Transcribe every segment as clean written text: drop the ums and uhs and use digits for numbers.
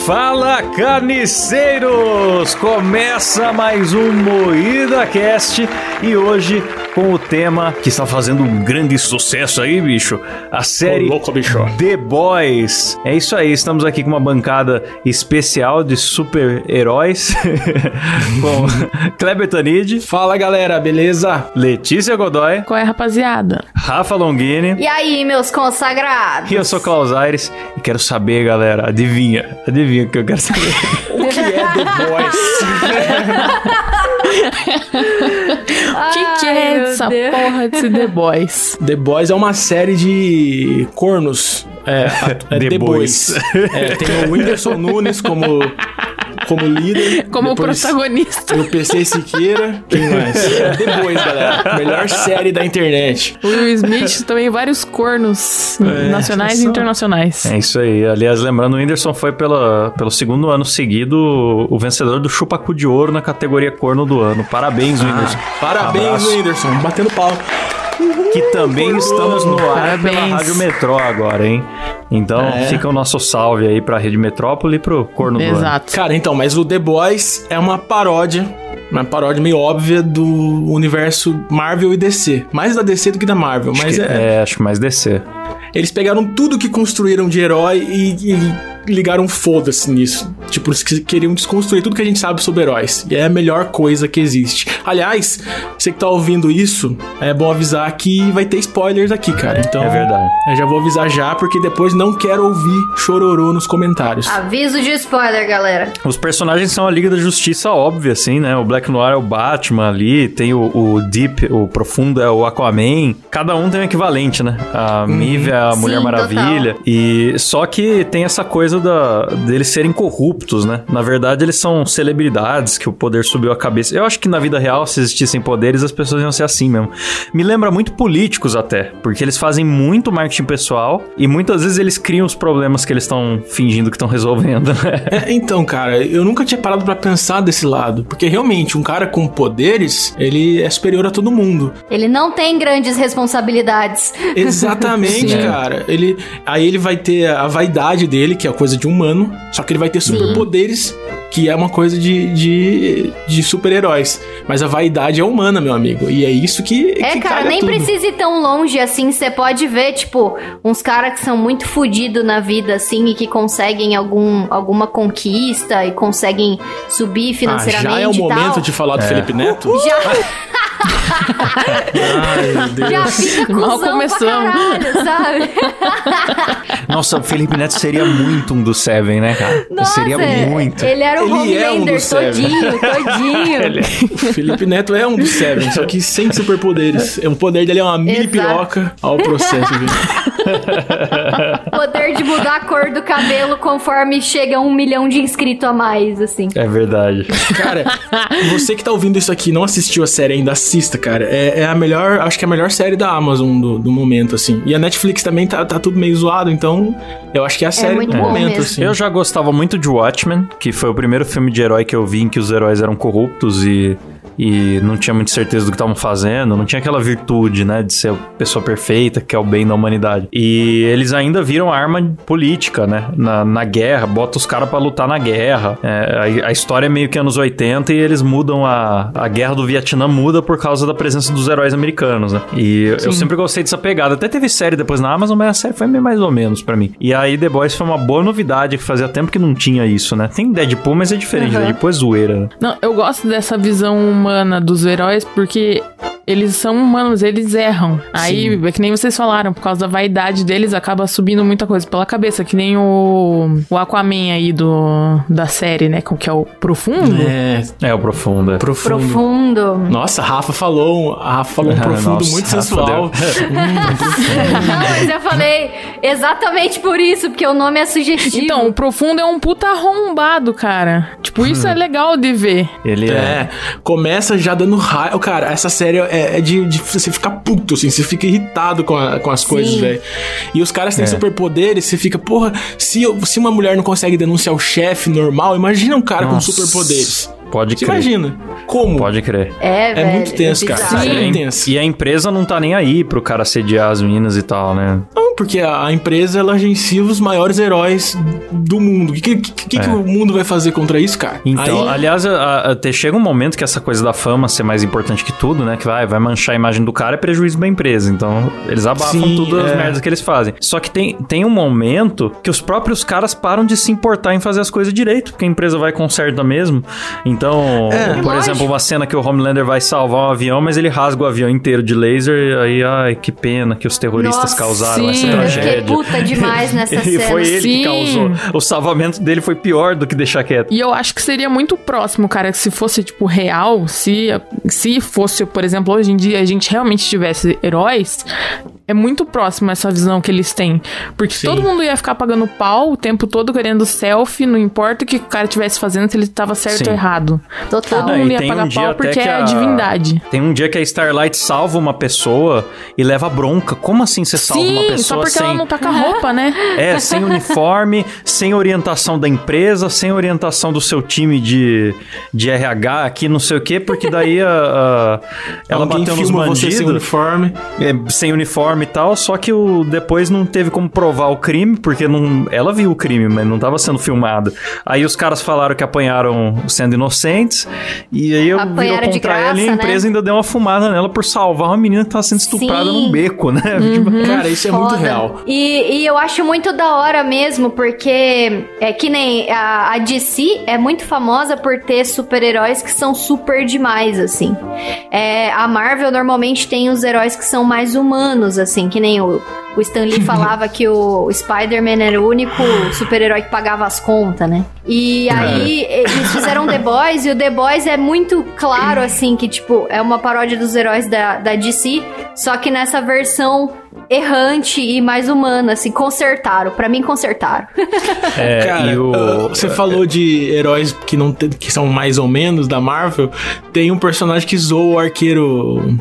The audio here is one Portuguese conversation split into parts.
Fala, carniceiros! Começa mais um Moída Cast e hoje com o tema que está fazendo um grande sucesso aí, bicho, a série The Boys. É isso aí, estamos aqui com uma bancada especial de super-heróis com Kleber Tanid. Fala, galera, beleza? Letícia Godoy. Qual é, rapaziada? Rafa Longini. E aí, meus consagrados? E eu sou Klaus Aires e quero saber, galera, adivinha o que eu quero saber. O que é The Boys? O que é essa porra desse The Boys? The Boys é uma série de cornos. The Boys. Tem o Whindersson Nunes como líder. Como protagonista. O PC Siqueira. Quem mais? The Boys, galera. Melhor série da internet. O Will Smith também, vários cornos nacionais e internacionais. É isso aí. Aliás, lembrando, o Whindersson foi pelo segundo ano seguido o vencedor do Chupacu de Ouro na categoria corno do ano. Parabéns, Whindersson. Parabéns, Whindersson. Batendo palma. Que também estamos no ar pela Rádio Metrô agora, hein? Então fica o nosso salve aí pra Rede Metrópole e pro Corno do Ano. Exato. Cara, então, mas o The Boys é uma paródia meio óbvia do universo Marvel e DC. Mais da DC do que da Marvel, mas acho que mais DC. Eles pegaram tudo que construíram de herói e ligaram foda-se nisso. Tipo, eles queriam desconstruir tudo que a gente sabe sobre heróis. E é a melhor coisa que existe. Aliás, você que tá ouvindo isso, é bom avisar que vai ter spoilers aqui, cara. Então, é verdade. Eu já vou avisar já, porque depois não quero ouvir chororô nos comentários. Aviso de spoiler, galera. Os personagens são a Liga da Justiça óbvia, assim, né? O Black Noir é o Batman ali, tem o Deep, o Profundo é o Aquaman. Cada um tem um equivalente, né? A Maeve é a Mulher Maravilha. Total. E só que tem essa coisa deles serem corruptos, né? Na verdade, eles são celebridades que o poder subiu a cabeça. Eu acho que na vida real, se existissem poderes, as pessoas iam ser assim mesmo. Me lembra muito políticos até, porque eles fazem muito marketing pessoal e muitas vezes eles criam os problemas que eles estão fingindo que estão resolvendo. Então, cara, eu nunca tinha parado pra pensar desse lado, porque realmente um cara com poderes, ele é superior a todo mundo. Ele não tem grandes responsabilidades. Exatamente, cara. Aí ele vai ter a vaidade dele, que é a coisa de humano, só que ele vai ter superpoderes, que é uma coisa de super-heróis. Mas a vaidade é humana, meu amigo. E é isso que cara, nem precisa ir tão longe assim. Você pode ver, tipo, uns caras que são muito fodidos na vida, assim, e que conseguem alguma conquista e conseguem subir financeiramente. Já é o momento de falar do Felipe Neto? Já. Ai, meu Deus. Já fica cuzão pra caralho, sabe? Nossa, o Felipe Neto seria muito um do Seven, né, cara? Nossa, seria muito. Ele era o Homelander todinho. O Felipe Neto é um do Seven, só que sem superpoderes. O poder dele é uma mini piroca ao processo, viu? Poder de mudar a cor do cabelo conforme chega a 1 milhão de inscritos a mais, assim. É verdade. Cara, você que tá ouvindo isso aqui e não assistiu a série ainda, assista, cara. É a melhor, acho que é a melhor série da Amazon do momento, assim. E a Netflix também tá tudo meio zoado, então eu acho que é a série do momento, assim. Eu já gostava muito de Watchmen, que foi o primeiro filme de herói que eu vi em que os heróis eram corruptos e não tinha muita certeza do que estavam fazendo, não tinha aquela virtude, né, de ser a pessoa perfeita, que é o bem da humanidade. E eles ainda viram arma política, né, na guerra, bota os caras pra lutar na guerra. A história é meio que anos 80 e eles mudam a guerra do Vietnã muda por causa da presença dos heróis americanos, né. E eu sempre gostei dessa pegada. Até teve série depois na Amazon, mas a série foi meio mais ou menos pra mim. E aí The Boys foi uma boa novidade, que fazia tempo que não tinha isso, né. Tem Deadpool, mas é diferente. Deadpool é zoeira, né? Não, eu gosto dessa visão humana dos heróis, porque eles são humanos, eles erram. Aí, é que nem vocês falaram, por causa da vaidade deles, acaba subindo muita coisa pela cabeça, que nem o Aquaman aí da série, né? Que é o Profundo. É o Profundo. Profundo. Nossa, a Rafa falou um profundo muito sensual. Não, mas eu falei exatamente por isso, porque o nome é sugestivo. Então, o Profundo é um puta arrombado, cara. Tipo, isso é legal de ver. Ele começa já dando raio. Cara, essa série é de você ficar puto, assim. Você fica irritado com as coisas, velho. E os caras têm superpoderes, você fica, porra, se uma mulher não consegue denunciar o chefe normal, imagina um cara com superpoderes. Pode Você crer. imagina? Como? Pode crer. É muito tenso, cara. bizarro. Sim. E a- muito tenso. E a empresa não tá nem aí pro cara assediar as minas e tal, né? Não, porque a empresa, ela agencia os maiores heróis do mundo. O que o mundo vai fazer contra isso, cara? Então, Aí- aliás, até chega um momento que essa coisa da fama ser mais importante que tudo, né? Que vai manchar a imagem do cara, é prejuízo da empresa. Então, eles abafam Sim, tudo as é. merdas que eles fazem. Só que tem um momento que os próprios caras param de se importar em fazer as coisas direito, porque a empresa vai e conserta mesmo. Então, por Lógico. exemplo, uma cena que o Homelander vai salvar um avião, mas ele rasga o avião inteiro de laser, e aí, ai, que pena que os terroristas Nossa, causaram essa sim. Eu tragédia. fiquei puta demais nessa E cena. foi ele que Sim. causou. O salvamento dele foi pior do que deixar quieto. E eu acho que seria muito próximo, cara, que se fosse, tipo, real, se fosse, por exemplo, hoje em dia a gente realmente tivesse heróis, é muito próximo essa visão que eles têm. Porque Sim. todo mundo ia ficar pagando pau o tempo todo querendo selfie, não importa o que o cara estivesse fazendo, se ele tava certo Sim. ou errado. Total. Todo Não, mundo e ia tem pagar um dia pau até porque que é a divindade. Tem um dia que a Starlight salva uma pessoa e leva bronca. Como assim você salva uma Sim, pessoa só porque sem... ela não tá com a roupa, né? É, sem uniforme, sem orientação da empresa, sem orientação do seu time de RH aqui, não sei o quê, porque daí ela Alguém bateu nos filma você sem bandidos, uniforme. sem uniforme e tal, só que depois não teve como provar o crime, porque ela viu o crime, mas não tava sendo filmada. Aí os caras falaram que apanharam sendo inocentes, e aí virou Apanharam de contra ela e a graça, empresa ainda deu uma fumada nela por salvar uma menina que tava sendo estuprada Sim. num beco, né? Cara, isso é muito Foda. real. E eu acho muito da hora mesmo, porque é que nem a DC é muito famosa por ter super-heróis que são super demais, assim. A Marvel normalmente tem os heróis que são mais humanos, assim, que nem o Stan Lee falava que o Spider-Man era o único super-herói que pagava as contas, né? E aí eles fizeram The Boys, e o The Boys é muito claro, assim, que, tipo, é uma paródia dos heróis da DC, só que nessa versão errante e mais humana, assim, consertaram. Pra mim, consertaram. Cara, e você falou de heróis que são mais ou menos da Marvel. Tem um personagem que zoou o arqueiro.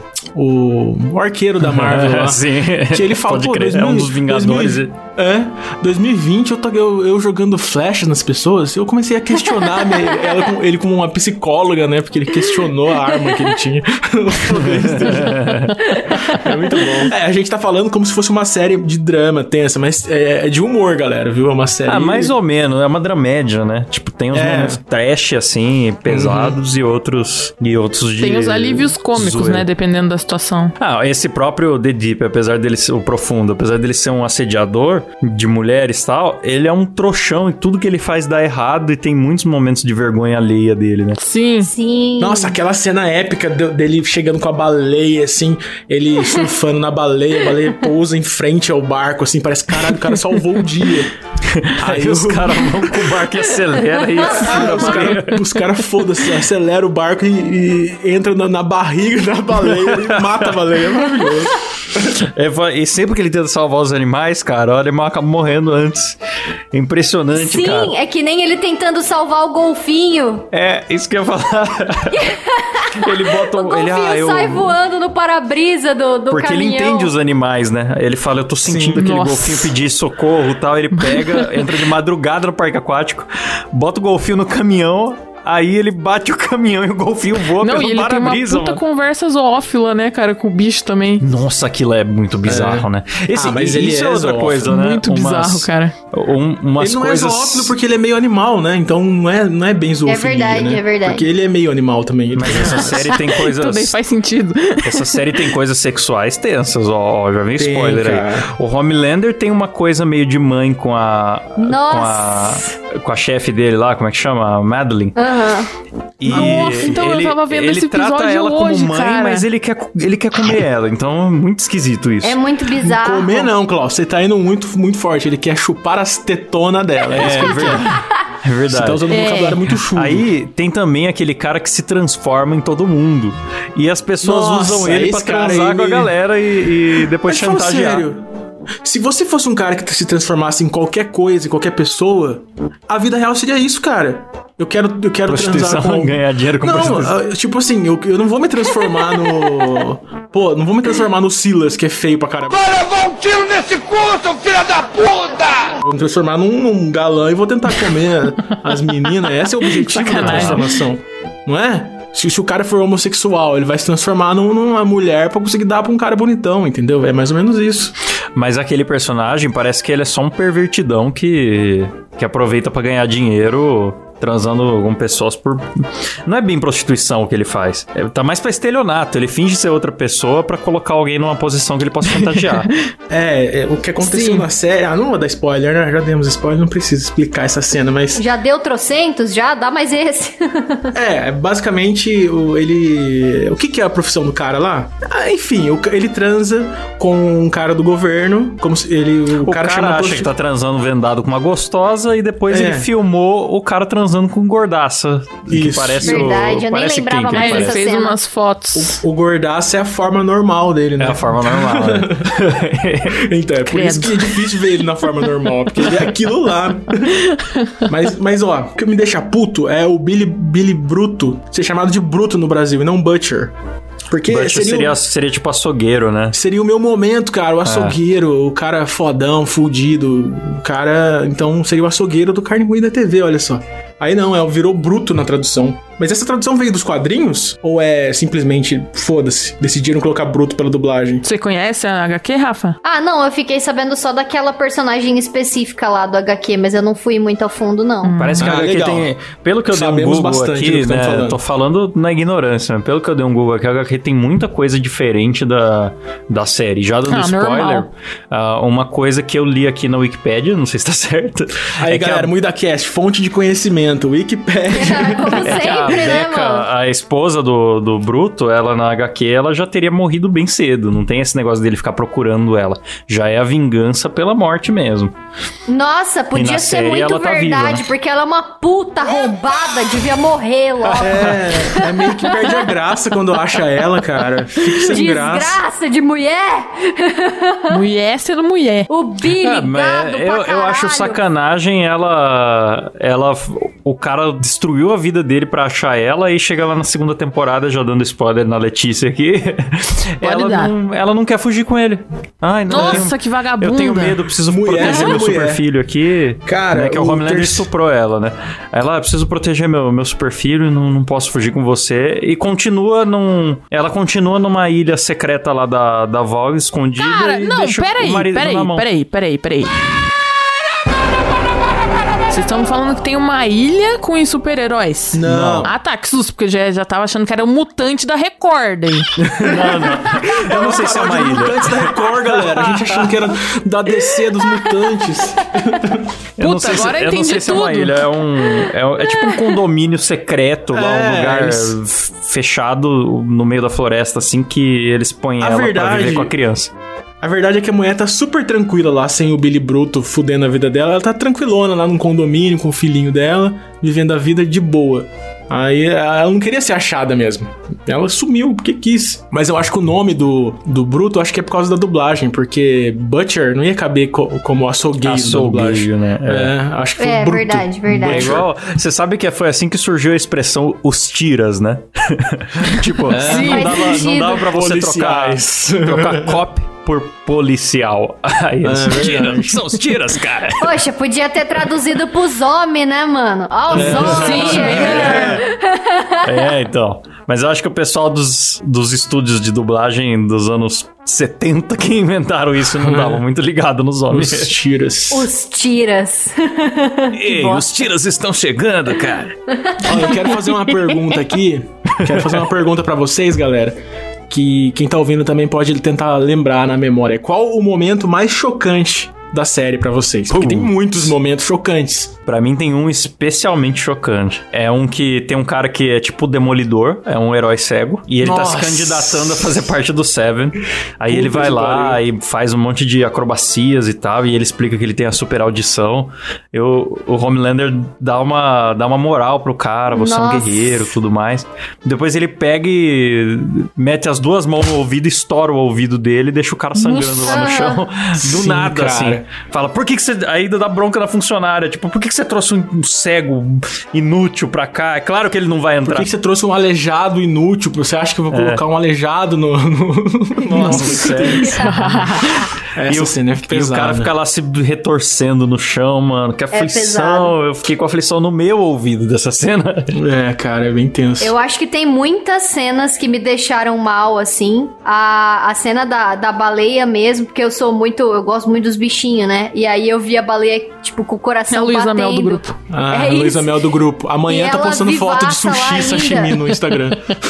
O arqueiro da Marvel lá. Sim. Que ele fala, Pode pô, crer, é um dos Vingadores. 2020 eu jogando flechas nas pessoas, eu comecei a questionar ele como uma psicóloga, né? Porque ele questionou a arma que ele tinha. Os poderes dele. É muito bom. A gente tá falando como se fosse uma série de drama tensa, mas é de humor, galera, viu? É uma série... Mais ou menos, é uma dramédia, né? Tipo, tem uns momentos trash, assim, pesados e outros de... Tem os alívios cômicos, zoeira. né? Dependendo da situação. Esse próprio The Deep, apesar dele ser o profundo, apesar dele ser um assediador de mulheres e tal, ele é um trouxão e tudo que ele faz dá errado e tem muitos momentos de vergonha alheia dele, né? Sim. Sim. Nossa, aquela cena épica dele chegando com a baleia, assim, ele surfando na baleia, a baleia pousa em frente ao barco, assim, parece, caralho, o cara salvou o dia. Aí os caras vão com o barco e acelera e Os caras, foda-se, acelera o barco e entra na barriga da baleia e mata a baleia. É maravilhoso. E sempre que ele tenta salvar os animais, cara, olha, ele acaba morrendo antes. É impressionante, Sim, cara. é que nem ele tentando salvar o golfinho. É, isso que eu ia falar. Ele bota O golfinho sai voando no para-brisa do Porque caminhão. ele entende os animais, né? Ele fala, eu tô sentindo aquele Nossa. golfinho pedir socorro e tal. Ele pega, entra de madrugada no parque aquático, bota o golfinho no caminhão, aí ele bate o caminhão e o golfinho voa Não, e pelo ele tem uma para-brisa, puta mano. conversa zoófila, né, cara, com o bicho também. Nossa, aquilo é muito bizarro, né? Mas ele isso é é outra zoófilo. coisa, né? Muito bizarro, cara. Umas Ele não coisas... é zoófilo porque ele é meio animal, né? Então não é bem zoofilia, verdade, né? é verdade. Porque ele é meio animal também. Mas essa série tem coisas... Também faz sentido. Essa série tem coisas sexuais tensas, ó, já vem Tem, spoiler cara. aí. O Homelander tem uma coisa meio de mãe com a... Nossa. Com a chefe dele lá, como é que chama? A Madeline. Aham. E Nossa, então eu tava vendo ele esse trata episódio ela hoje, como mãe, cara. mas ele quer comer ela. Então é muito esquisito isso. É muito bizarro. Comer não, Klaus. Você tá indo muito, muito forte. Ele quer chupar as tetonas dela. É isso que ele quer. É verdade. Você tá usando um vocabulário muito chulo. Aí tem também aquele cara que se transforma em todo mundo. E as pessoas Nossa, usam ele pra esse cara transar aí com a galera e depois Mas fala chantagear. sério. Se você fosse um cara que se transformasse em qualquer coisa, em qualquer pessoa, a vida real seria isso, cara. Eu quero transar Prostituição, com... ganhar dinheiro com prostituição. Não, tipo assim, eu não vou me transformar no... Pô, não vou me transformar no Silas, que é feio pra caramba. Vai levar um tiro nesse cu, seu filho da puta! Vou me transformar num galã e vou tentar comer as meninas. Esse é o objetivo da Sacanagem. transformação. não é? Se o cara for homossexual, ele vai se transformar numa mulher pra conseguir dar pra um cara bonitão, entendeu? É mais ou menos isso. Mas aquele personagem parece que ele é só um pervertidão que aproveita pra ganhar dinheiro transando com pessoas por... Não é bem prostituição o que ele faz. Tá mais pra estelionato. Ele finge ser outra pessoa pra colocar alguém numa posição que ele possa chantagear. O que aconteceu na série... não vou dar spoiler, né? Já demos spoiler, não precisa explicar essa cena, mas... Já deu trocentos? Já? Dá mais esse. Basicamente, o que é a profissão do cara lá? Enfim, ele transa com um cara do governo, como se ele... O cara acha que tá transando vendado com uma gostosa e depois ele filmou o cara transando com gordaça. Isso. Que parece Verdade, eu nem parece lembrava quem mais ele Ele fez umas fotos. O gordaço é a forma normal dele, né? É a forma normal, né? Então, é por isso que é difícil ver ele na forma normal, porque ele é aquilo lá. Mas ó, o que me deixa puto é o Billy Bruto ser chamado de Bruto no Brasil e não Butcher. Porque seria tipo açougueiro, né? Seria o meu momento, cara, o açougueiro, o cara fodão, fudido, o cara... Então seria o açougueiro do Carne Moída TV, olha só. Aí não, virou Bruto na tradução. Mas essa tradução veio dos quadrinhos? Ou é simplesmente, foda-se, decidiram colocar Bruto pela dublagem? Você conhece a HQ, Rafa? Não, eu fiquei sabendo só daquela personagem específica lá do HQ, mas eu não fui muito a fundo, não. Parece que a HQ legal. tem... Pelo que eu Sabemos dei um Google bastante aqui, do que né? falando. Tô falando na ignorância, mas pelo que eu dei um Google aqui, a HQ tem muita coisa diferente da série. Já dando spoiler, uma coisa que eu li aqui na Wikipédia, não sei se tá certo. Aí, galera, MuidaCast, fonte de conhecimento, Wikipédia. Como É que a sempre, né, Becca, mano? a esposa do Bruto, ela na HQ, ela já teria morrido bem cedo. Não tem esse negócio dele ficar procurando ela. Já é a vingança pela morte mesmo. Nossa, podia ser série muito ela tá verdade, viva. porque ela é uma puta roubada, devia morrer logo. É meio que perde a graça quando acha ela, cara. Fica sem graça. Desgraça de mulher! Mulher sendo mulher. O Billy gado eu acho sacanagem o cara destruiu a vida dele pra achar ela e chega lá na segunda temporada, já dando spoiler na Letícia aqui. Ela não quer fugir com ele. Ai, não. Nossa, que vagabunda. Eu tenho medo, preciso proteger meu super filho aqui. Cara, né, que o Homelander estuprou ela, né? Ela, preciso proteger meu super filho, não posso fugir com você. E ela continua numa ilha secreta lá da Vogue, escondida. Cara, e não, deixa o marido na mão. Peraí. Vocês estão falando que tem uma ilha com super-heróis? Não. Ah, tá, que susto, porque já tava achando que era um mutante da Record aí. Não. Eu não sei se é uma ilha. Mutantes da Record, galera. A gente achando que era da DC dos mutantes. Eu não Puta, sei agora eu não entendi sei se é uma tudo. ilha. É tipo um condomínio secreto lá, um lugar fechado no meio da floresta, assim, que eles põem ela pra viver com a criança. A verdade é que a mulher tá super tranquila lá, sem o Billy Bruto fudendo a vida dela. Ela tá tranquilona lá num condomínio com o filhinho dela, vivendo a vida de boa. Aí ela não queria ser achada mesmo. Ela sumiu porque quis. Mas eu acho que o nome do Bruto, acho que é por causa da dublagem, porque Butcher não ia caber como açougueiro da dublagem. Né? Acho que foi Bruto. Verdade. É igual, você sabe que foi assim que surgiu a expressão os tiras, né? Tipo, não dava pra você trocar cop por policial. Aí são os tiras, cara. Poxa, podia ter traduzido pros homens, né, mano? Ó, os homens. Então. Mas eu acho que o pessoal dos estúdios de dublagem dos anos 70 que inventaram isso não dava muito ligado nos homens. Os tiras. Os tiras. Ei, os tiras estão chegando, cara. Olha, eu quero fazer uma pergunta aqui. Quero fazer uma pergunta pra vocês, galera. Que quem tá ouvindo também pode tentar lembrar na memória. Qual o momento mais chocante da série pra vocês? Porque tem muitos momentos chocantes. Pra mim tem um especialmente chocante. É um que tem um cara que é tipo o Demolidor, é um herói cego, e ele tá se candidatando a fazer parte do Seven. Aí ele vai lá e faz um monte de acrobacias e tal, e ele explica que ele tem a super audição. O Homelander dá uma moral pro cara, você é um guerreiro, tudo mais. Depois ele pega e mete as duas mãos no ouvido, estoura o ouvido dele e deixa o cara sangrando lá no chão. Do nada, cara. Assim. Fala, por que você... Aí dá bronca na funcionária, tipo, por que você trouxe um cego inútil pra cá? É claro que ele não vai entrar. Por que você trouxe um aleijado inútil? Você acha que eu vou colocar um aleijado no... Nossa, sério. Essa cena é pesada. E o cara fica lá se retorcendo no chão, mano. Que aflição. Eu fiquei com aflição no meu ouvido dessa cena. É, cara, é bem tenso. Eu acho que tem muitas cenas que me deixaram mal, assim. A cena da baleia mesmo, porque eu gosto muito dos bichinhos, né? E aí eu vi a baleia, tipo, com o coração batendo. É a Luísa Mel do grupo. A Luísa Mel do grupo. Amanhã tá postando foto de sushi e sashimi no Instagram.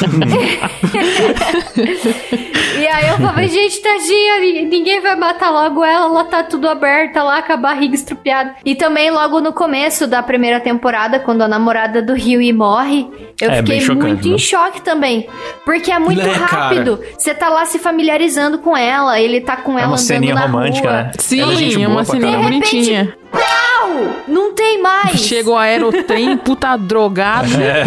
E aí eu falei, gente, tadinha, ninguém vai matar logo ela tá tudo aberta lá, com a barriga estrupiada. E também logo no começo da primeira temporada, quando a namorada do Hughie morre, eu fiquei muito em choque também. Porque é muito rápido. Você tá lá se familiarizando com ela, ele tá com ela andando na romântica, rua. Né? Sim, é uma ceninha bonitinha. Não tem mais. Chegou a Aerotrem, puta drogado.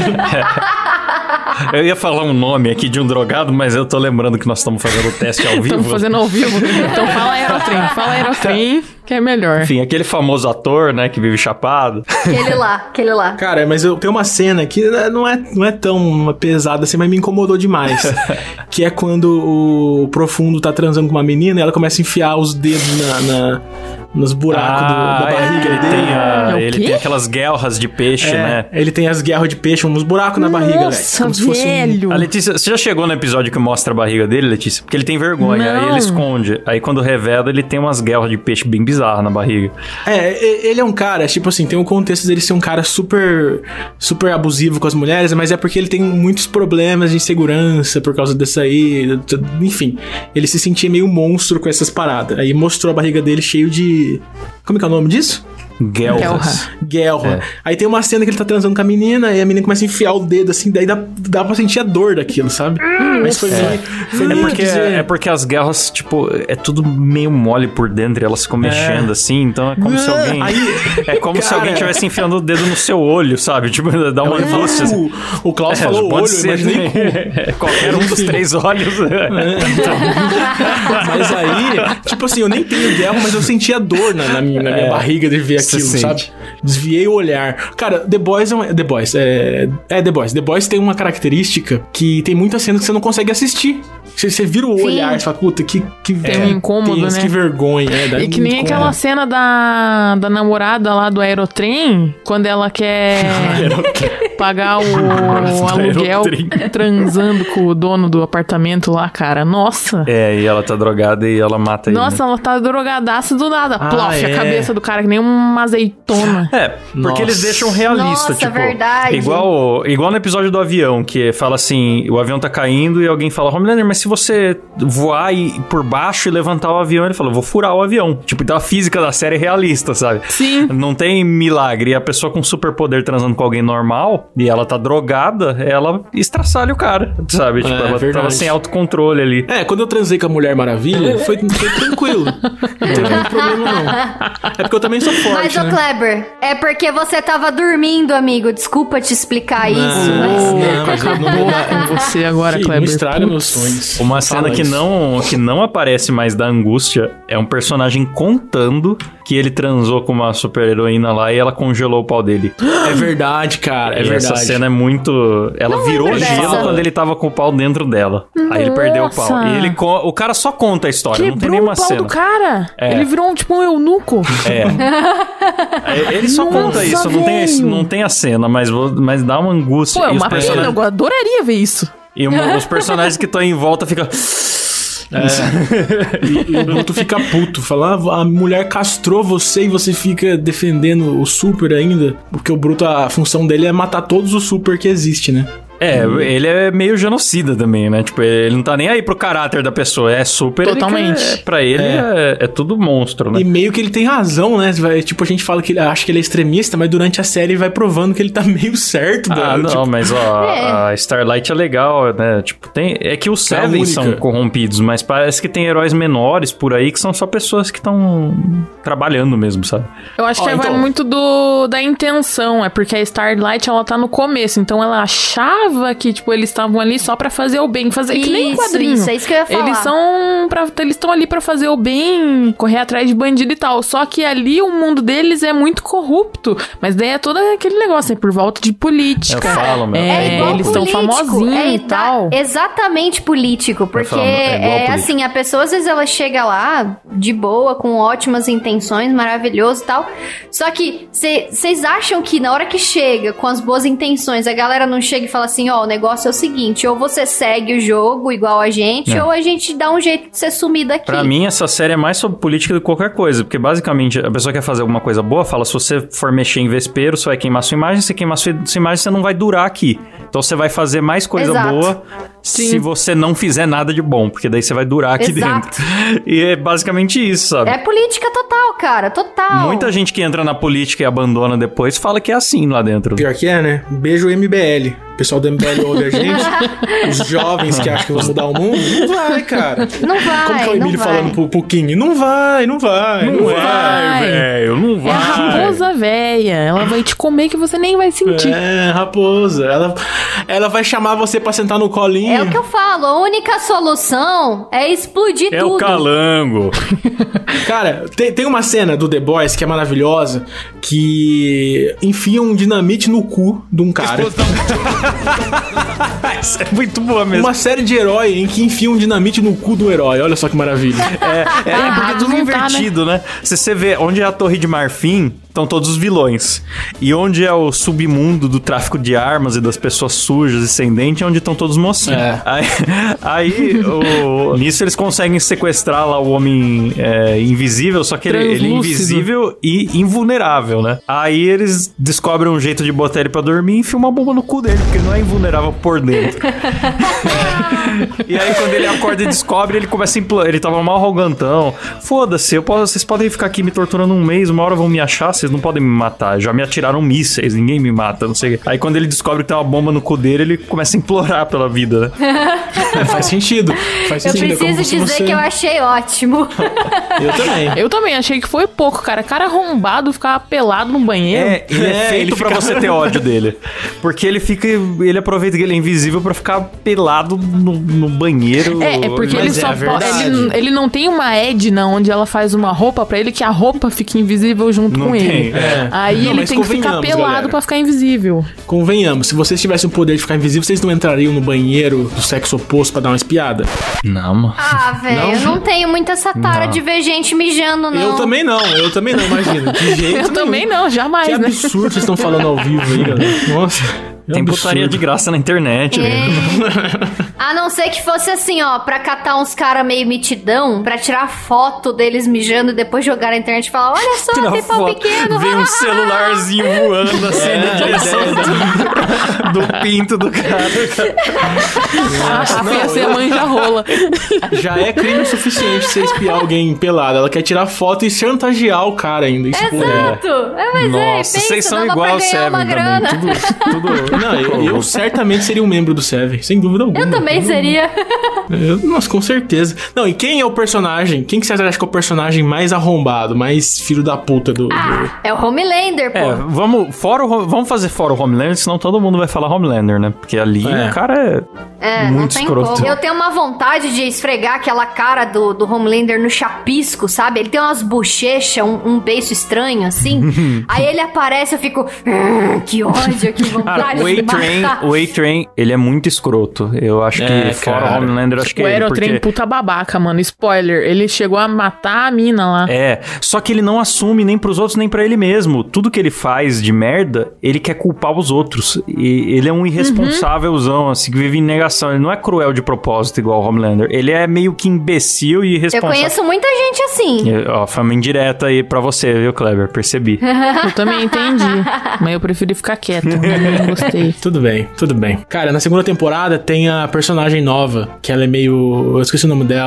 Eu ia falar um nome aqui de um drogado, mas eu tô lembrando que nós estamos fazendo o teste ao vivo. Estamos fazendo ao vivo. Então fala Aerotrem, que é melhor. Enfim, aquele famoso ator, né, que vive chapado. Aquele lá. Cara, mas eu tenho uma cena que não é tão pesada assim, mas me incomodou demais. Que é quando o Profundo tá transando com uma menina e ela começa a enfiar os dedos nos buracos da barriga dele. Ele tem aquelas guerras de peixe, né? Ele tem as guerras de peixe, uns buracos na barriga, velho. Nossa, velho! A Letícia, você já chegou no episódio que mostra a barriga dele, Letícia? Porque ele tem vergonha, aí ele esconde. Aí quando revela, ele tem umas guerras de peixe bem bizarras na barriga. Ele é um cara, tipo assim, tem um contexto dele ser um cara super, super abusivo com as mulheres, mas é porque ele tem muitos problemas de insegurança por causa dessa aí. Enfim, ele se sentia meio monstro com essas paradas. Aí mostrou a barriga dele cheio de... Como é que é o nome disso? Guelra. Aí tem uma cena que ele tá transando com a menina e a menina começa a enfiar o dedo assim, daí dá pra sentir a dor daquilo, sabe? Mas foi meio é porque as guerras, tipo, é tudo meio mole por dentro e elas ficam mexendo assim, então é como se alguém... se alguém tivesse enfiando o dedo no seu olho, sabe? Tipo, dá uma angústia. O Klaus falou olho, mas nem qualquer um dos 3 olhos. Mas aí, tipo assim, eu nem tenho guerra, mas eu sentia dor na minha barriga de ver aquilo, sabe? Desviei o olhar. Cara, The Boys The Boys tem uma característica que tem muitas cenas que você não consegue assistir. Você vira o olhar e fala, puta, que tem um incômodo, né? Que vergonha. E que nem aquela cena da namorada lá do Aerotrem, quando ela quer pagar o aluguel transando com o dono do apartamento lá, cara. Nossa. E ela tá drogada e ela mata ele. Nossa, ela tá drogadaça do nada. Plof, a cabeça do cara, que nem uma azeitona. Porque eles deixam realista, tipo... verdade. Igual no episódio do avião, que fala assim, o avião tá caindo e alguém fala, Homelander, mas se você voar por baixo e levantar o avião, ele fala, vou furar o avião. Tipo, então a física da série é realista, sabe? Sim. Não tem milagre. E a pessoa com superpoder transando com alguém normal, e ela tá drogada, ela estraçalha o cara, sabe? Tipo, ela tava sem autocontrole ali. Quando eu transei com a Mulher Maravilha, foi tranquilo. Não teve muito problema, não. É porque eu também sou forte, Mas, ô Kleber, é porque você tava dormindo, amigo. Desculpa te explicar isso, mas... Acabou com você agora, Kleber. Não estraga meus sonhos. Uma cena que não aparece mais da angústia é um personagem contando que ele transou com uma super-heroína lá e ela congelou o pau dele. É verdade, cara. É verdade. Essa cena é muito... Ela virou gelo quando ele tava com o pau dentro dela. Aí ele perdeu o pau. E o cara só conta a história, Quebrou não tem nenhuma cena. o pau do cara. Ele virou um eunuco. Ele só conta isso, não tem a cena, mas dá uma angústia. Pô, é uma pena, eu adoraria ver isso. E os personagens que estão em volta ficam... E o Bruto fica puto. Fala, a mulher castrou você e você fica defendendo o super ainda. Porque o Bruto, a função dele é matar todos os super que existe, né? Ele é meio genocida também, né? Tipo, ele não tá nem aí pro caráter da pessoa. É super... Totalmente. Pra ele é tudo monstro, né? E meio que ele tem razão, né? Tipo, a gente fala que ele acha que ele é extremista, mas durante a série vai provando que ele tá meio certo. Mas a Starlight é legal, né? Tipo, é que os Seven são corrompidos, mas parece que tem heróis menores por aí que são só pessoas que estão trabalhando mesmo, sabe? Eu acho que vai muito da intenção. É porque a Starlight, ela tá no começo, então ela achava achava que, tipo, eles estavam ali só pra fazer o bem, fazer que nem quadrinho. Isso, é isso que eu ia falar. Eles estão ali pra fazer o bem, correr atrás de bandido e tal. Só que ali o mundo deles é muito corrupto. Mas daí é todo aquele negócio, né? Por volta de política. Eu falo, meu. Eles são famosinhos e tal. Exatamente político. Porque assim, a pessoa às vezes ela chega lá de boa, com ótimas intenções, maravilhoso e tal. Só que vocês acham que na hora que chega com as boas intenções, a galera não chega e fala assim, ó, o negócio é o seguinte, ou você segue o jogo igual a gente, ou a gente dá um jeito de ser sumido aqui. Pra mim, essa série é mais sobre política do que qualquer coisa, porque basicamente a pessoa quer fazer alguma coisa boa, fala, se você for mexer em vespeiro, você vai queimar sua imagem, se queimar sua imagem, você não vai durar aqui. Então você vai fazer mais coisa boa se você não fizer nada de bom, porque daí você vai durar aqui dentro. E é basicamente isso, sabe? É política total, cara, total. Muita gente que entra na política e abandona depois fala que é assim lá dentro. Pior que é, né? Beijo MBL. O pessoal do MBL ouve a gente. Os jovens que acham que vão mudar o mundo. Não vai, cara. Não vai. Como que é o Emílio falando pro King? Não vai. Não vai, velho. Não vai. É a raposa véia. Ela vai te comer que você nem vai sentir. É, raposa. Ela vai chamar você pra sentar no colinho. É o que eu falo. A única solução é explodir tudo. É o calango. Cara, tem uma cena do The Boys que é maravilhosa, que enfia um dinamite no cu de um cara. Isso é muito boa mesmo. Uma série de herói em que enfia um dinamite no cu do herói. Olha só que maravilha. Porque é tudo invertido, né? Se você vê onde é a Torre de Marfim, estão todos os vilões. E onde é o submundo do tráfico de armas e das pessoas sujas e sem dente, é onde estão todos os mocinhos. Nisso eles conseguem sequestrar lá o homem invisível, só que ele é invisível e invulnerável, né? Aí eles descobrem um jeito de botar ele pra dormir e enfiam uma bomba no cu dele, porque ele não é invulnerável por dentro. E aí quando ele acorda e descobre, ele começa a implorar. Ele tava mal arrogantão. Foda-se, vocês podem ficar aqui me torturando um mês, uma hora vão me achar, vocês não podem me matar. Já me atiraram mísseis, ninguém me mata, não sei o quê. Aí quando ele descobre que tem uma bomba no cu dele, ele começa a implorar pela vida, né? Faz sentido. Eu preciso dizer que eu achei ótimo. Eu também achei que foi pouco, cara. Cara arrombado, ficar pelado no banheiro. Ele é feito pra você ter ódio dele. Porque ele aproveita que ele é invisível pra ficar pelado no banheiro. É porque ele só ele não tem uma Edna onde ela faz uma roupa pra ele que a roupa fique invisível junto com ele. Aí ele tem que ficar pelado pra ficar invisível. Convenhamos, se vocês tivessem o poder de ficar invisível, vocês não entrariam no banheiro do sexo oposto pra dar uma espiada? Não, mano. Ah, velho, eu não tenho muita essa tara de ver gente mijando, não. Eu também não, imagina. De jeito eu também não, jamais, que né? absurdo vocês estão falando ao vivo aí, galera. Nossa. Tem putaria de graça na internet, né? A não ser que fosse assim, ó, pra catar uns caras meio mitidão, pra tirar foto deles mijando e depois jogar na internet e falar, olha só, tem pau pequeno. Vem um celularzinho voando assim na direção do pinto do cara. Ia ser a manja-rola. Já é crime o suficiente você espiar alguém pelado. Ela quer tirar foto e chantagear o cara ainda. Exato. Mas nossa, vocês são igual ao Seven também. Tudo... Não, eu certamente seria um membro do Seven, sem dúvida alguma. Eu também seria. Nossa, com certeza. Não, e quem é o personagem? Quem que vocês acham que é o personagem mais arrombado, mais filho da puta do... É o Homelander, pô. Vamos fazer fora o Homelander, senão todo mundo vai falar Homelander, né? Porque ali o cara é muito escroto. Como. Eu tenho uma vontade de esfregar aquela cara do Homelander no chapisco, sabe? Ele tem umas bochechas, um beiço estranho, assim. Aí ele aparece, eu fico... que ódio, que vontade. O A-Train, ele é muito escroto. Eu acho que fora o Homelander, acho que o Aerotrain puta babaca, mano. Spoiler, ele chegou a matar a mina lá. Só que ele não assume nem pros outros, nem pra ele mesmo. Tudo que ele faz de merda, ele quer culpar os outros. E ele é um irresponsávelzão, assim, que vive em negação. Ele não é cruel de propósito igual o Homelander. Ele é meio que imbecil e irresponsável. Eu conheço muita gente assim. Foi uma indireta aí pra você, viu, Kleber? Percebi. Eu também entendi. Mas eu preferi ficar quieto. Não gostei. Tudo bem. Cara, na segunda temporada tem a personagem nova, que ela é meio... Eu esqueci o nome dela.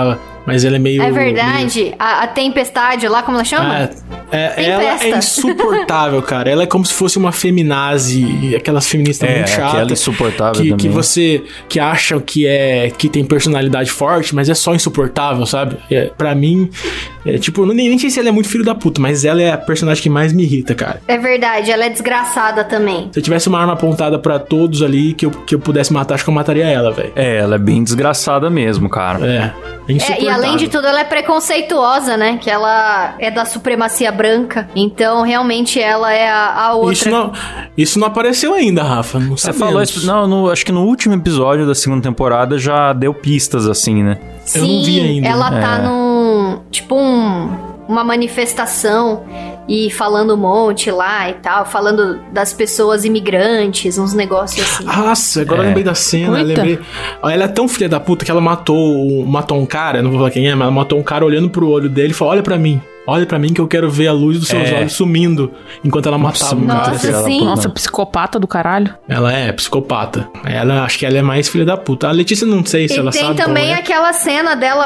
Mas ela é meio... É verdade. A Tempestade lá, como ela chama? Ela é insuportável, cara. Ela é como se fosse uma feminazi, aquelas feministas muito chatas. Ela é insuportável que também. você que acha que tem personalidade forte, mas é só insuportável, sabe? Pra mim, tipo, nem sei se ela é muito filho da puta, mas ela é a personagem que mais me irrita, cara. É verdade, ela é desgraçada também. Se eu tivesse uma arma apontada pra todos ali que eu pudesse matar, acho que eu mataria ela, velho. Ela é bem desgraçada mesmo, cara. É insuportável. E além de tudo, ela é preconceituosa, né? Que ela é da supremacia branca. Então, realmente, ela é a outra. Isso não apareceu ainda, Rafa. Não Você falou isso... Não, acho que no último episódio da segunda temporada já deu pistas, assim, né? Sim, eu não vi ainda. Ela tá num... Tipo, uma manifestação e falando um monte lá e tal, falando das pessoas imigrantes, uns negócios assim. Nossa, agora eu lembrei da cena, lembrei. Ela é tão filha da puta que ela matou um cara, não vou falar quem é, mas ela matou um cara olhando pro olho dele e falou, olha pra mim que eu quero ver a luz dos seus olhos sumindo enquanto ela matava o cara. Nossa, sim. Nossa, psicopata do caralho. Ela é psicopata. Acho que ela é mais filha da puta. A Letícia não sei se ela sabe. E tem também aquela cena dela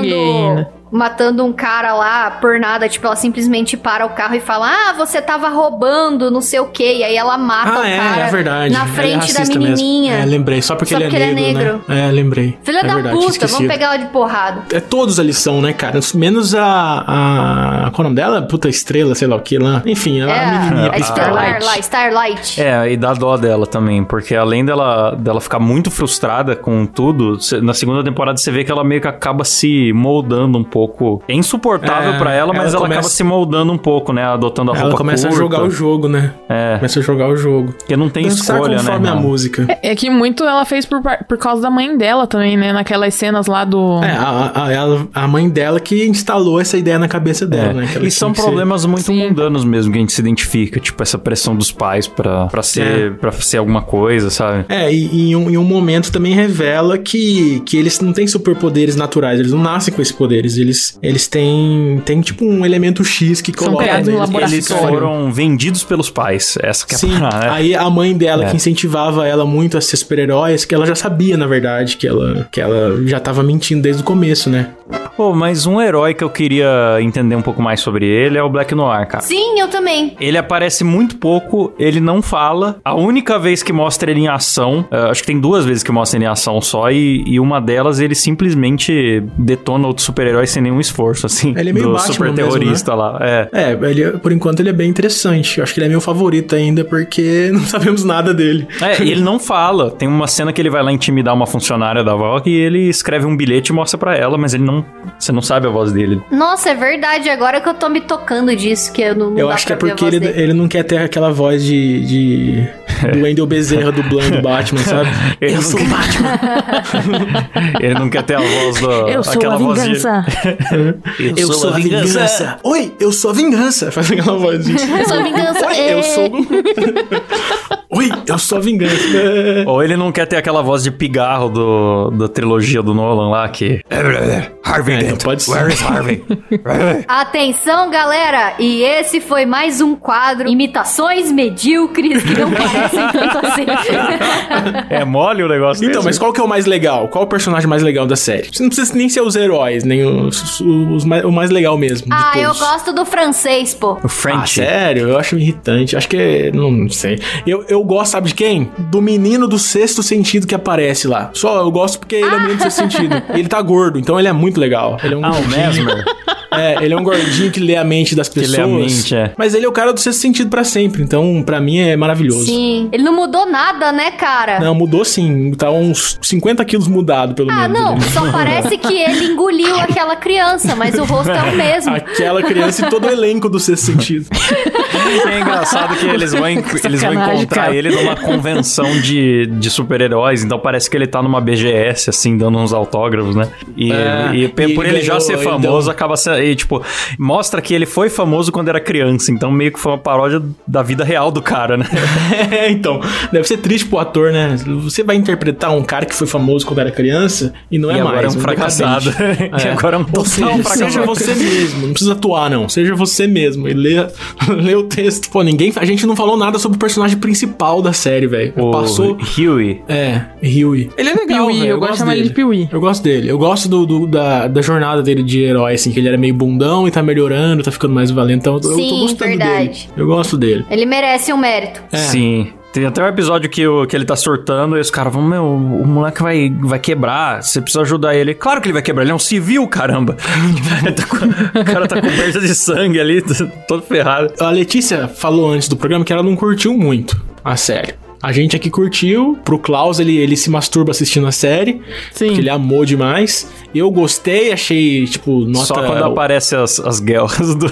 matando um cara lá por nada, tipo, ela simplesmente para o carro e fala, você tava roubando, não sei o quê, e aí ela mata o cara é verdade. na frente da menininha. Lembrei, só porque ele é negro. Né? Lembrei. Filha da puta, vamos pegar ela de porrada. Todos ali são, né, cara? Menos qual é o nome dela? Puta estrela, sei lá o que lá. Enfim, ela é a menininha principal. Starlight. E dá dó dela também, porque além dela ficar muito frustrada com tudo, na segunda temporada você vê que ela meio que acaba se moldando um pouco. É insuportável pra ela, mas ela acaba se moldando um pouco, né? Adotando a roupa curta. Ela começa a jogar o jogo, né? Começa a jogar o jogo. Porque não tem escolha, né? Conforme a música. É que muito ela fez por causa da mãe dela também, né? Naquelas cenas lá do... A mãe dela que instalou essa ideia na cabeça dela, né? E são problemas muito mundanos mesmo que a gente se identifica. Tipo, essa pressão dos pais pra ser alguma coisa, sabe? E em um momento também revela que eles não têm superpoderes naturais. Eles não nascem com esses poderes. Eles têm tipo um elemento X que coloca neles. Eles foram vendidos pelos pais. Essa que é a parada, né? Aí a mãe dela, que incentivava ela muito a ser super-heróis, que ela já sabia, na verdade, que ela já tava mentindo desde o começo, né? Mas um herói que eu queria entender um pouco mais sobre ele é o Black Noir, cara. Sim, eu também. Ele aparece muito pouco, ele não fala. A única vez que mostra ele em ação, acho que tem 2 vezes que mostra ele em ação só, e uma delas ele simplesmente detona outro super-herói sem nenhum esforço, assim. Ele é meio Batman super terrorista mesmo, né? lá. Ele, por enquanto ele é bem interessante. Eu acho que ele é meu favorito ainda, porque não sabemos nada dele. E ele não fala. Tem uma cena que ele vai lá intimidar uma funcionária da Vogue e ele escreve um bilhete e mostra pra ela, mas ele não... Você não sabe a voz dele. Nossa, é verdade. Agora que eu tô me tocando disso, que eu não eu acho que é porque ele não quer ter aquela voz do Wendell Bezerra dublando o Batman, sabe? Eu sou o Batman. Ele não quer ter a voz do... Eu sou a vingança. Eu sou a vingança. Oi, eu sou a vingança. Faz aquela vozinha. Eu sou a vingança. Oi, eu sou Oi, eu sou a vingança. Ou ele não quer ter aquela voz de pigarro da trilogia do Nolan lá, que... Harvey Dent. Pode ser. Where is Harvey? Atenção, galera! E esse foi mais um quadro Imitações Medíocres que não parecem tanto assim. É mole o negócio Então, mas qual que é o mais legal? Qual o personagem mais legal da série? Você não precisa nem ser os heróis, nem o mais legal mesmo. Eu gosto do francês, pô. O French. Sério? Eu acho irritante. Acho que... Não sei. Eu gosto, sabe de quem? Do menino do Sexto Sentido que aparece lá. Só eu gosto porque ele é o menino do Sexto Sentido. Ele tá gordo, então ele é muito legal. Ele é um o Mesmer. Ele é um gordinho que lê a mente das pessoas. Que lê a mente, Mas ele é o cara do Sexto Sentido pra sempre. Então, pra mim, é maravilhoso. Sim. Ele não mudou nada, né, cara? Não, mudou sim. Tá uns 50 quilos mudado, pelo menos. Não. Só parece que ele engoliu aquela criança, mas o rosto é o mesmo. Aquela criança e todo o elenco do Sexto Sentido. É engraçado que eles vão encontrar cara. Ele numa convenção de super-heróis, então parece que ele tá numa BGS, assim, dando uns autógrafos, né? E por ele já ser famoso, acaba e, tipo, mostra que ele foi famoso quando era criança, então meio que foi uma paródia da vida real do cara, né? Então, deve ser triste pro ator, né? Você vai interpretar um cara que foi famoso quando era criança e não é mais. Agora é um fracassado. E agora é um total fracassado. Seja você mesmo, não precisa atuar, não. Seja você mesmo e lê o texto. Pô, a gente não falou nada sobre o personagem principal da série, velho. Passou... Huey. Huey. Ele é legal, velho. Eu gosto de chamar ele de Piuí. Eu gosto dele. Eu gosto da jornada dele de herói, assim, que ele era meio bundão e tá melhorando, tá ficando mais valentão. Eu tô gostando dele. Eu gosto dele. Ele merece um mérito. Sim. Tem até um episódio que ele tá surtando e os caras vão, o moleque vai quebrar, você precisa ajudar ele. Claro que ele vai quebrar, ele é um civil, caramba. O cara tá coberto de sangue ali, todo ferrado. A Letícia falou antes do programa que ela não curtiu muito a série. A gente aqui curtiu, pro Klaus ele se masturba assistindo a série, Sim. Porque ele amou demais. Eu gostei, achei, tipo, nota... Só quando aparece as guerras do...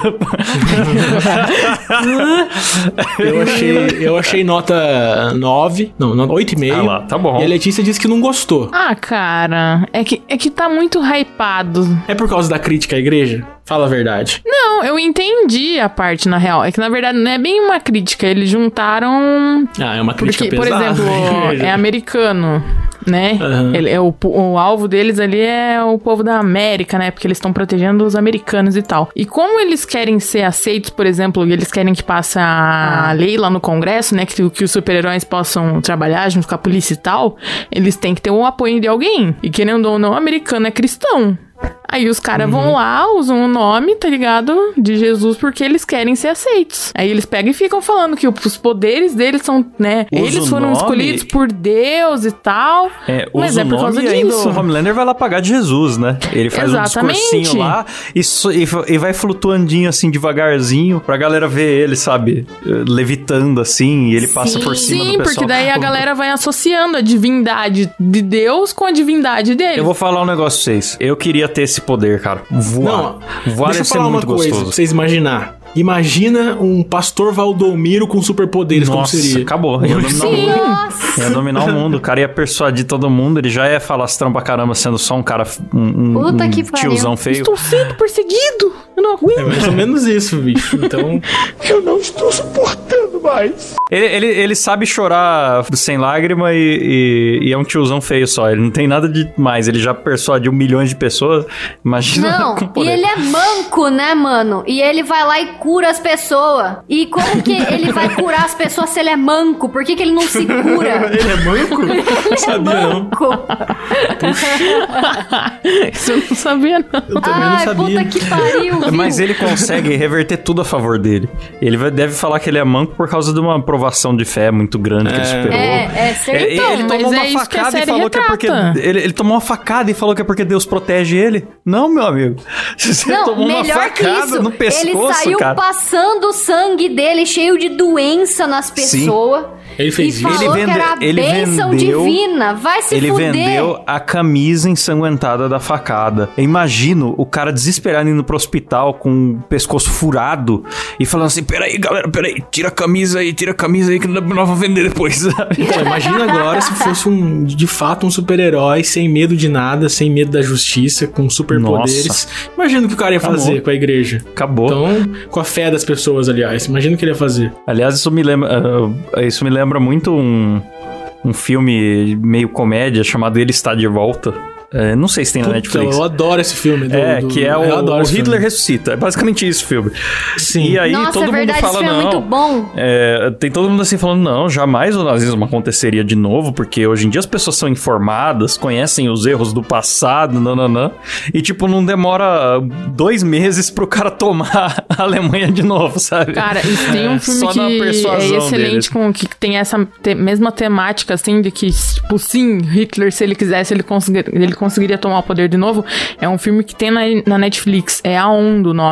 eu achei nota 9, não, 8,5. Ah lá, tá bom. E a Letícia disse que não gostou. Ah, cara, é que tá muito hypado. É por causa da crítica à igreja? Fala a verdade. Não, eu entendi a parte, na real. É que, na verdade, não é bem uma crítica. Eles juntaram... Ah, é uma crítica pesada. Por exemplo, é americano, né? Uhum. O alvo deles ali é o povo da América, né? Porque eles estão protegendo os americanos e tal. E como eles querem ser aceitos, por exemplo, e eles querem que passe a lei lá no Congresso, né? Que os super-heróis possam trabalhar junto com a polícia e tal, eles têm que ter o apoio de alguém. E querendo ou não, o americano é cristão. Aí os caras vão lá, usam o nome, tá ligado? De Jesus, porque eles querem ser aceitos. Aí eles pegam e ficam falando que os poderes deles são, né? Eles foram escolhidos por Deus e tal. Mas é por causa disso. Ainda o Homelander vai lá pagar de Jesus, né? Ele faz um discursinho lá e vai flutuandinho assim, devagarzinho, pra galera ver ele, sabe? Levitando assim, e ele passa por cima do pessoal. Sim, porque daí a galera vai associando a divindade de Deus com a divindade dele. Eu vou falar um negócio pra vocês. Eu queria ter esse poder, cara. Voar. Voar deve ser muito gostoso. Pra vocês imaginar. Imagina um pastor Valdomiro com superpoderes, como seria? Acabou. Ia dominar o mundo. Ia dominar o mundo. O cara ia persuadir todo mundo. Ele já ia falastrão pra caramba, sendo só um cara, um tiozão feio. Estou sendo perseguido. Eu não aguento. É mais ou menos isso, bicho. Então... Eu não estou suportando mais. Ele sabe chorar sem lágrima e é um tiozão feio só. Ele não tem nada de mais. Ele já persuadiu milhões de pessoas. Imagina. Não, e ele é manco, né, mano? E ele vai lá e cura as pessoas. E como que ele vai curar as pessoas se ele é manco? Por que ele não se cura? Ele é manco? Não sabia, manco. Isso eu não sabia, não. Eu também não sabia. Puta que pariu, viu? Mas ele consegue reverter tudo a favor dele. Ele deve falar que ele é manco por causa de uma aprovação de fé muito grande que ele superou. Certão. Ele tomou uma facada e falou que é porque... Ele tomou uma facada e falou que é porque Deus protege ele. Não, meu amigo. Você tomou uma facada no pescoço, ele saiu passando o sangue dele cheio de doença nas pessoas. Ele fez isso. Falou que era a bênção divina. Vai se fuder. Ele vendeu a camisa ensanguentada da facada. Eu imagino o cara desesperado indo pro hospital com o pescoço furado e falando assim, peraí, galera, tira a camisa aí que nós vamos vender depois. Então, imagina agora se fosse de fato um super-herói sem medo de nada, sem medo da justiça, com superpoderes. Imagina o que o cara ia fazer com a igreja. Acabou. Então, com a fé das pessoas, aliás. Imagina o que ele ia fazer. Aliás, isso me lembra muito um filme meio comédia chamado Ele Está de Volta. Não sei se tem na Netflix. Eu adoro esse filme. Que é o Hitler Ressuscita. É basicamente isso o filme. Sim. E aí todo mundo fala, esse filme é muito bom. Tem todo mundo assim falando, não, jamais o nazismo aconteceria de novo, porque hoje em dia as pessoas são informadas, conhecem os erros do passado, nananã. E tipo, não demora 2 meses pro cara tomar a Alemanha de novo, sabe? Cara, isso tem um filme que é excelente, que tem essa mesma temática, assim, de que, tipo, sim, Hitler, se ele quisesse, ele conseguiria tomar o poder de novo. É um filme que tem na Netflix. É A Onda o nome.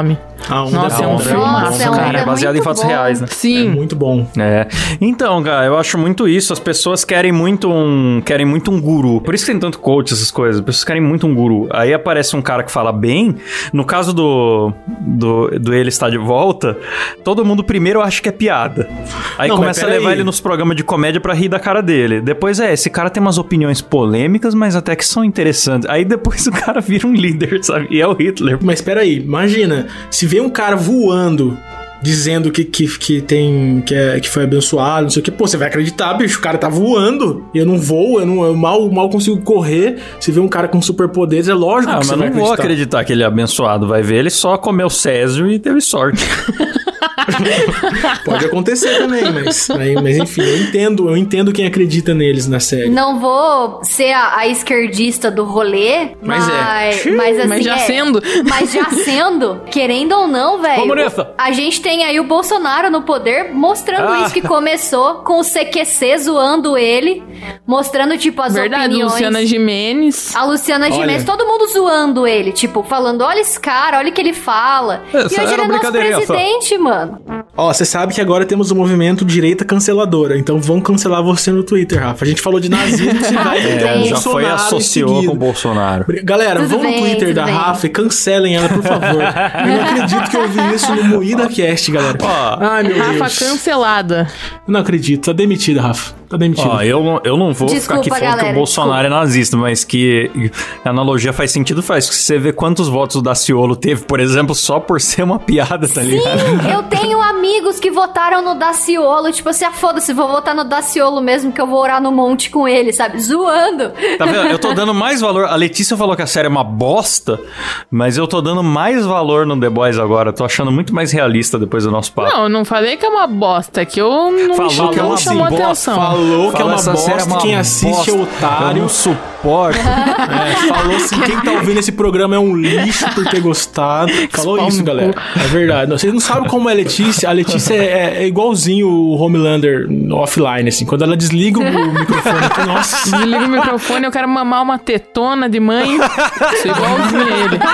Nossa, é um filmaço, Nossa, cara. É baseado em muito fatos bom. reais, né? É Sim. muito bom. É. Então, cara, eu acho muito isso. As pessoas querem muito um guru. Por isso que tem tanto coach, essas coisas. As pessoas querem muito um guru. Aí aparece um cara que fala bem. No caso do Ele Está de Volta, todo mundo primeiro acha que é piada. Aí Não, começa a mas levar peraí. ele nos programas de comédia pra rir da cara dele. Depois esse cara tem umas opiniões polêmicas, mas até que são interessantes. Aí depois o cara vira um líder, sabe? E é o Hitler. Mas peraí, imagina, se vem um cara voando dizendo que foi abençoado, não sei o que, pô, você vai acreditar, bicho, o cara tá voando, eu não voo, eu mal consigo correr, se vê um cara com superpoderes, é lógico que você vai mas não vou acreditar que ele é abençoado, vai ver, ele só comeu Césio e teve sorte. Pode acontecer também, mas enfim, eu entendo quem acredita neles na série. Não vou ser a esquerdista do rolê, Mas mas assim, Mas já sendo. Mas já sendo, querendo ou não, velho. Comunista. A gente tem aí o Bolsonaro no poder mostrando isso, que começou com o CQC zoando ele, mostrando, tipo, as Verdade, opiniões. Luciana Gimenez. A Luciana Gimenez, todo mundo zoando ele, tipo, falando, olha esse cara, olha o que ele fala. E hoje ele é nosso presidente, mano. Ó, você sabe que agora temos o movimento direita canceladora, então vão cancelar você no Twitter, Rafa. A gente falou de nazismo, você vai entrar no Já foi Bolsonaro associou em seguida. com o Bolsonaro. Galera, Tudo vão no bem, Twitter tudo da bem. Rafa e cancelem ela, por favor. Eu não acredito que eu vi isso no Moída Cast, galera. Ai, meu Rafa Deus. cancelada. Eu não acredito, tá demitida, Rafa. Tá demitida. Ó, eu não vou Desculpa, ficar aqui falando que galera, o Bolsonaro é nazista, mas que a analogia faz sentido, faz. Se você vê quantos votos o Daciolo teve, por exemplo, só por ser uma piada, tá ligado? Sim, eu tenho amigos que votaram no Daciolo, tipo assim, foda-se, vou votar no Daciolo mesmo, que eu vou orar no monte com ele, sabe? Zoando. Tá vendo? Eu tô dando mais valor. A Letícia falou que a série é uma bosta, mas eu tô dando mais valor no The Boys agora. Tô achando muito mais realista depois do nosso papo. Não, eu não falei que é uma bosta, é que eu não Falou que é não uma chamou bosta. atenção. Falou que é uma essa série bosta, quem assiste é otário. Eu não suporto. Falou assim, quem tá ouvindo esse programa é um lixo por ter gostado. Falou Pau isso, no galera. cu. É verdade. Vocês não sabem como é a Letícia. A Letícia é igualzinho o Homelander offline, assim. Quando ela desliga o microfone, então, nossa. Desliga o microfone, eu quero mamar uma tetona de mãe. Sou igualzinho a ele.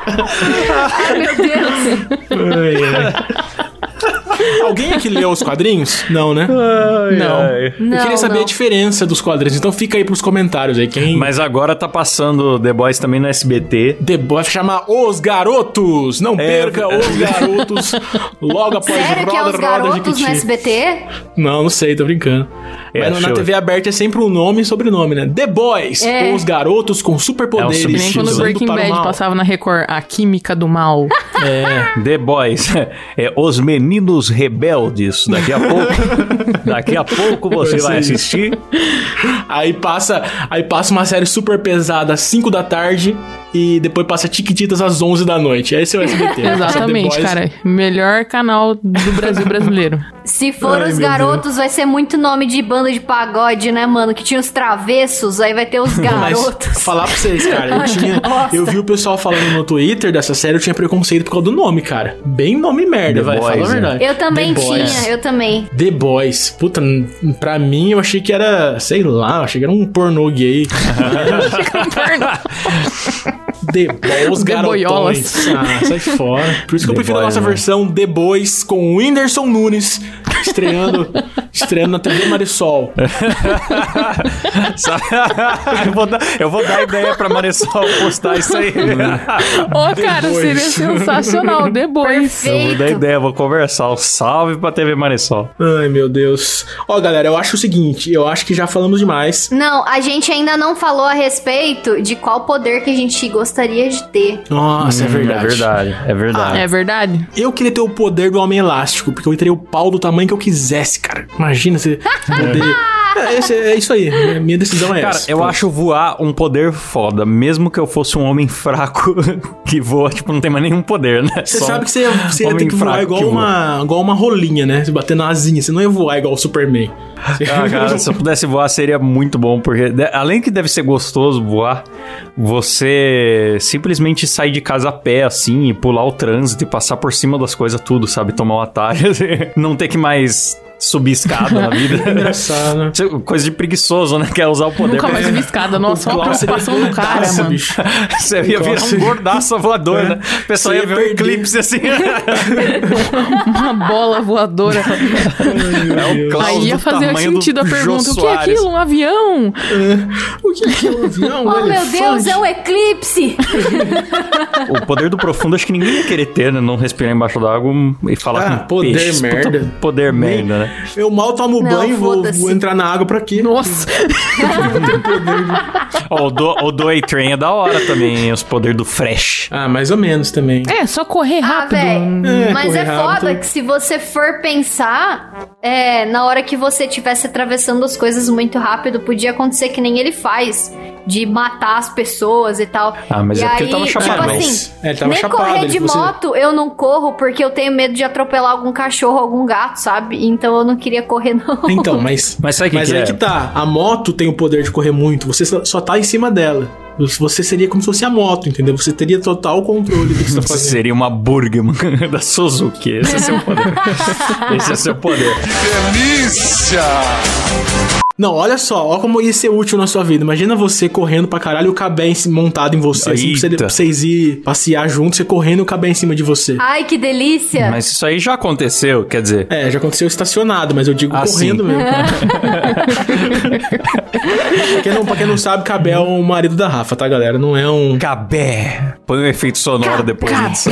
Ai, meu Deus. Ai, ai. Alguém aqui leu os quadrinhos? Não, né? Não. Eu queria saber a diferença dos quadrinhos, então fica aí pros comentários aí. Quem... Mas agora tá passando The Boys também no SBT. The Boys vai chamar Os Garotos. Não perca Os Garotos logo após Sério que é Roda, os Roda, garotos Jequiti. no SBT? Não sei, tô brincando. É, Mas na show. TV aberta é sempre um nome e sobrenome, né? The Boys, É. Os Garotos com superpoderes. É um Que nem quando o usando Breaking para o Bad mal. passava na Record, a química do mal. É. The Boys. É Os Meninos Rebeldes. Daqui a pouco você Vai vai ser assistir. Aí passa uma série super pesada às 5 da tarde e depois passa Tiquititas às 11 da noite. Esse é o SBT. Exatamente, The Boys. cara. Melhor canal do Brasil brasileiro. Se for Ai, os meu garotos, vai ser muito nome de banda de pagode, né, mano? Que tinha os travessos, aí vai ter os garotos. Mas falar pra vocês, cara, Nossa. eu vi o pessoal falando no Twitter dessa série, eu tinha preconceito por causa do nome, cara. Bem nome merda, The vai, Boys, fala a né? verdade. Eu também The Boys. tinha, eu também. The Boys. Puta, pra mim eu achei que era, sei lá, eu achei que era um pornô gay. The Boys, The garotões. Boiolas. Ah, sai fora. Por isso que eu The prefiro a Boys, nossa né? versão The Boys com o Whindersson Nunes estreando na TV Marisol. eu vou dar ideia pra Marisol postar isso aí. Ô, cara, Boys. seria sensacional. The Boys. Eu vou dar Perfeito. ideia, vou conversar. Um salve pra TV Marisol. Ai, meu Deus. Ó, galera, eu acho o seguinte, eu acho que já falamos demais. Não, a gente ainda não falou a respeito de qual poder que a gente gostaria de ter. Nossa, é verdade. É verdade, é verdade. É verdade? Eu queria ter o poder do Homem Elástico, porque eu teria o pau do tamanho que eu quisesse, cara. Imagina você poder... É isso aí, minha decisão é Cara, essa. eu acho voar um poder foda, mesmo que eu fosse um homem fraco que voa, tipo, não tem mais nenhum poder, né? Você Só sabe que você ia homem ter que voar fraco igual que voa. igual uma rolinha, né? Você bater na asinha, você não ia voar igual o Superman. Ah, cara, se eu pudesse voar seria muito bom, porque além que deve ser gostoso voar, você simplesmente sair de casa a pé, assim, e pular o trânsito e passar por cima das coisas tudo, sabe? Tomar um atalho, não ter que mais subir escada na vida. Engraçado. Coisa de preguiçoso, né? Quer usar o poder. Nunca mais subir escada. Nossa, uma preocupação do cara, Nossa, mano. bicho. Você ia virar um gordaço voador, né? O pessoal ia ver um eclipse assim. Uma bola voadora. É o Klaus Aí ia do fazer tamanho sentido a do pergunta. Jô O que é Soares. aquilo? Um avião? O que é um avião? Oh, meu Deus, é um eclipse! O poder do profundo acho que ninguém ia querer ter, né? Não respirar embaixo d'água e falar com poder peixes. Puta, merda. poder merda, né? Eu mal tomo Não, banho e vou foda-se. entrar na água pra quê? Nossa. Ó, o do A-Train é da hora também, os poderes do Fresh. Ah, mais ou menos também. É, só correr rápido. véi. Mas correr é foda rápido. que se você for pensar, na hora que você estivesse atravessando as coisas muito rápido, podia acontecer que nem ele faz, de matar as pessoas e tal. Ah, mas e é porque ele tava chapado. Tipo Mas assim, ele tava nem chapado, correr ele de fosse- moto eu não corro porque eu tenho medo de atropelar algum cachorro, algum gato, sabe? Então eu não queria correr, não. Então, mas sabe o que mas que aí é? que tá. A moto tem o poder de correr muito. Você só tá em cima dela. Você seria como se fosse a moto, entendeu? Você teria total controle do que você tá Você fazendo. seria uma Burgman da Suzuki. Esse é seu poder. Esse é seu poder. Delícia! Não, olha só, olha como ia ser útil na sua vida. Imagina você correndo pra caralho e o Cabé montado em você. Assim, Eita. pra vocês ir passear juntos, você correndo e o Cabé em cima de você. Ai, que delícia! Mas isso aí já aconteceu, quer dizer... É, já aconteceu estacionado, mas eu digo Ah, correndo sim. mesmo. pra quem não sabe, Cabé é o marido da Rafa, tá, galera? Não é um... Cabé. Põe um efeito sonoro depois disso.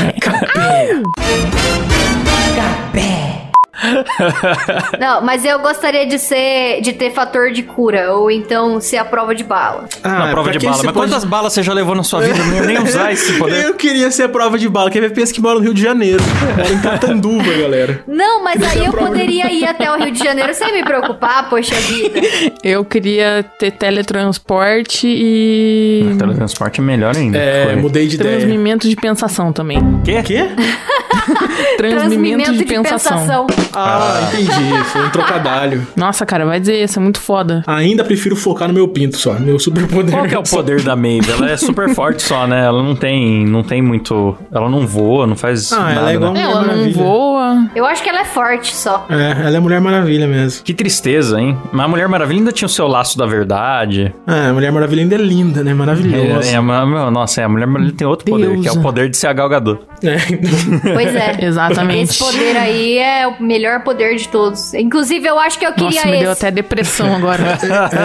Não, mas eu gostaria de ter fator de cura, ou então ser a prova de bala. Na prova pra de quem bala. você Mas pode- quantas balas você já levou na sua vida? Não ia nem usar esse poder. Eu queria ser a prova de bala. Quem vê pensa que mora no Rio de Janeiro. Mora em Catanduva, galera. Não, mas Queria ser aí a eu prova de- poderia ir até o Rio de Janeiro sem me preocupar, poxa vida. Eu queria ter teletransporte e Teletransporte é melhor ainda. É, Foi. mudei de ideia. transmimento de pensação também. Quê? Quê? Transmimento de pensação. Ah, entendi. Foi um trocadilho. Nossa, cara, vai dizer isso, é muito foda. Ainda prefiro focar no meu pinto só. Meu superpoder. Qual que é o poder da Maeve? Ela é super forte só, né? Ela não tem muito... Ela não voa, não faz Ah, nada, ela é igual né? Mulher Ela não Maravilha. voa. Eu acho que ela é forte só. É, ela é Mulher Maravilha mesmo. Que tristeza, hein? Mas a Mulher Maravilha ainda tinha o seu laço da verdade. Ah, a Mulher Maravilha ainda é linda, né? Maravilhosa. Nossa, a Mulher Maravilha tem outro poder, que é o Deusa. poder de ser a Gal Gadot. É, Pois é. Exatamente. Esse poder aí é o melhor poder de todos. Inclusive, eu acho que eu queria Nossa, me esse. deu até depressão agora.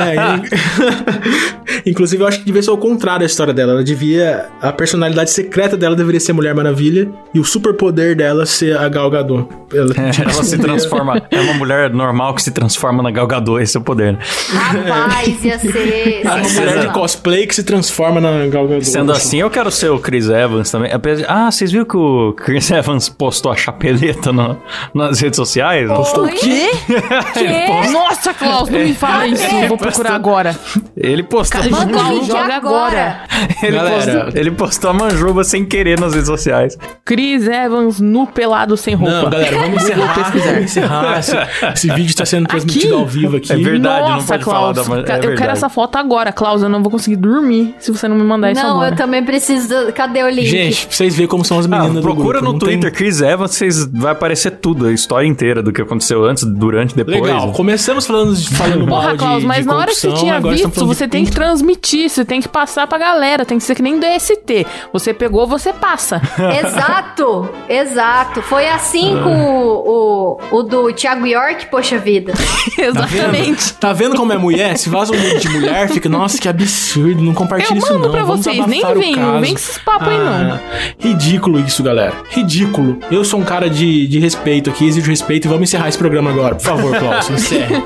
Inclusive, eu acho que devia ser o contrário a história dela. Ela devia... A personalidade secreta dela deveria ser a Mulher Maravilha e o superpoder dela ser a Gal Gadot. Ela, Ela se transforma... É uma mulher normal que se transforma na Gal Gadot, esse é o poder. né? Rapaz, ia ser Uma mulher de sensacional. cosplay que se transforma na Gal Gadot. Sendo assim, eu quero ser o Chris Evans também. Vocês viram que o Chris Evans postou a chapeleta nas redes sociais? Postou o Oi? quê? Nossa, Klaus, não me fala isso. Eu vou procurar agora. Ele postou... Cara, Manda o Klaus, link joga agora. Ele postou a manjuba sem querer nas redes sociais. Chris Evans nu pelado sem roupa. Não, galera, vamos encerrar. Esse vídeo tá sendo transmitido ao vivo aqui. É verdade, não Nossa, pode Klaus, falar da man- é eu quero verdade. essa foto agora, Klaus. Eu não vou conseguir dormir se você não me mandar isso Não, agora. eu também preciso. Cadê o link? Gente, pra vocês verem como são as meninas do Procura grupo. no não Twitter tem- Chris Evans, vai aparecer tudo, a história inteira do que aconteceu antes, durante, depois. Legal, começamos falando mal Porra, de, Klaus, mas de na hora que você corrupção, tinha agora estamos visto, falando de você tem que pinto. transmitir, você tem que passar pra galera, tem que ser que nem DST. Você pegou, você passa. Exato, exato. Foi assim com o do Thiago York, poxa vida. Exatamente. Tá vendo como é mulher? Se vaza um vídeo de mulher, fica, nossa, que absurdo, não compartilha Eu isso mando não. pra Vamos vocês, nem abafar o vem, não caso. vem com esses papos aí, não. Ridículo isso, galera. Ridículo. Eu sou um cara de respeito aqui, exijo respeito e vamos encerrar esse programa agora. Por favor, Klaus, encerre.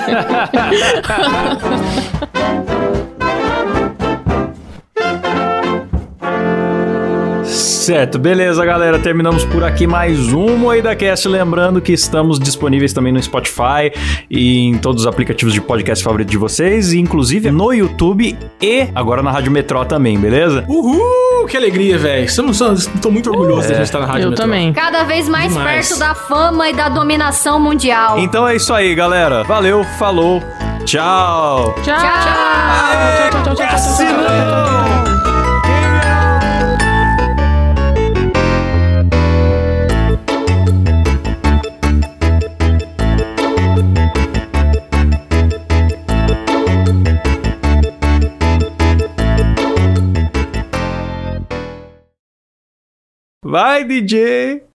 Certo, beleza, galera. Terminamos por aqui mais um MoídaCast. Lembrando que estamos disponíveis também no Spotify e em todos os aplicativos de podcast favorito de vocês, e inclusive no YouTube e agora na Rádio Metrô também, beleza? Uhul, que alegria, velho. Tô muito orgulhoso de a gente estar na Rádio Eu Metrô. também. Cada vez mais Demais. perto da fama e da dominação mundial. Então é isso aí, galera. Valeu, falou, tchau! Tchau. Tchau, tchau, tchau. Vai, DJ!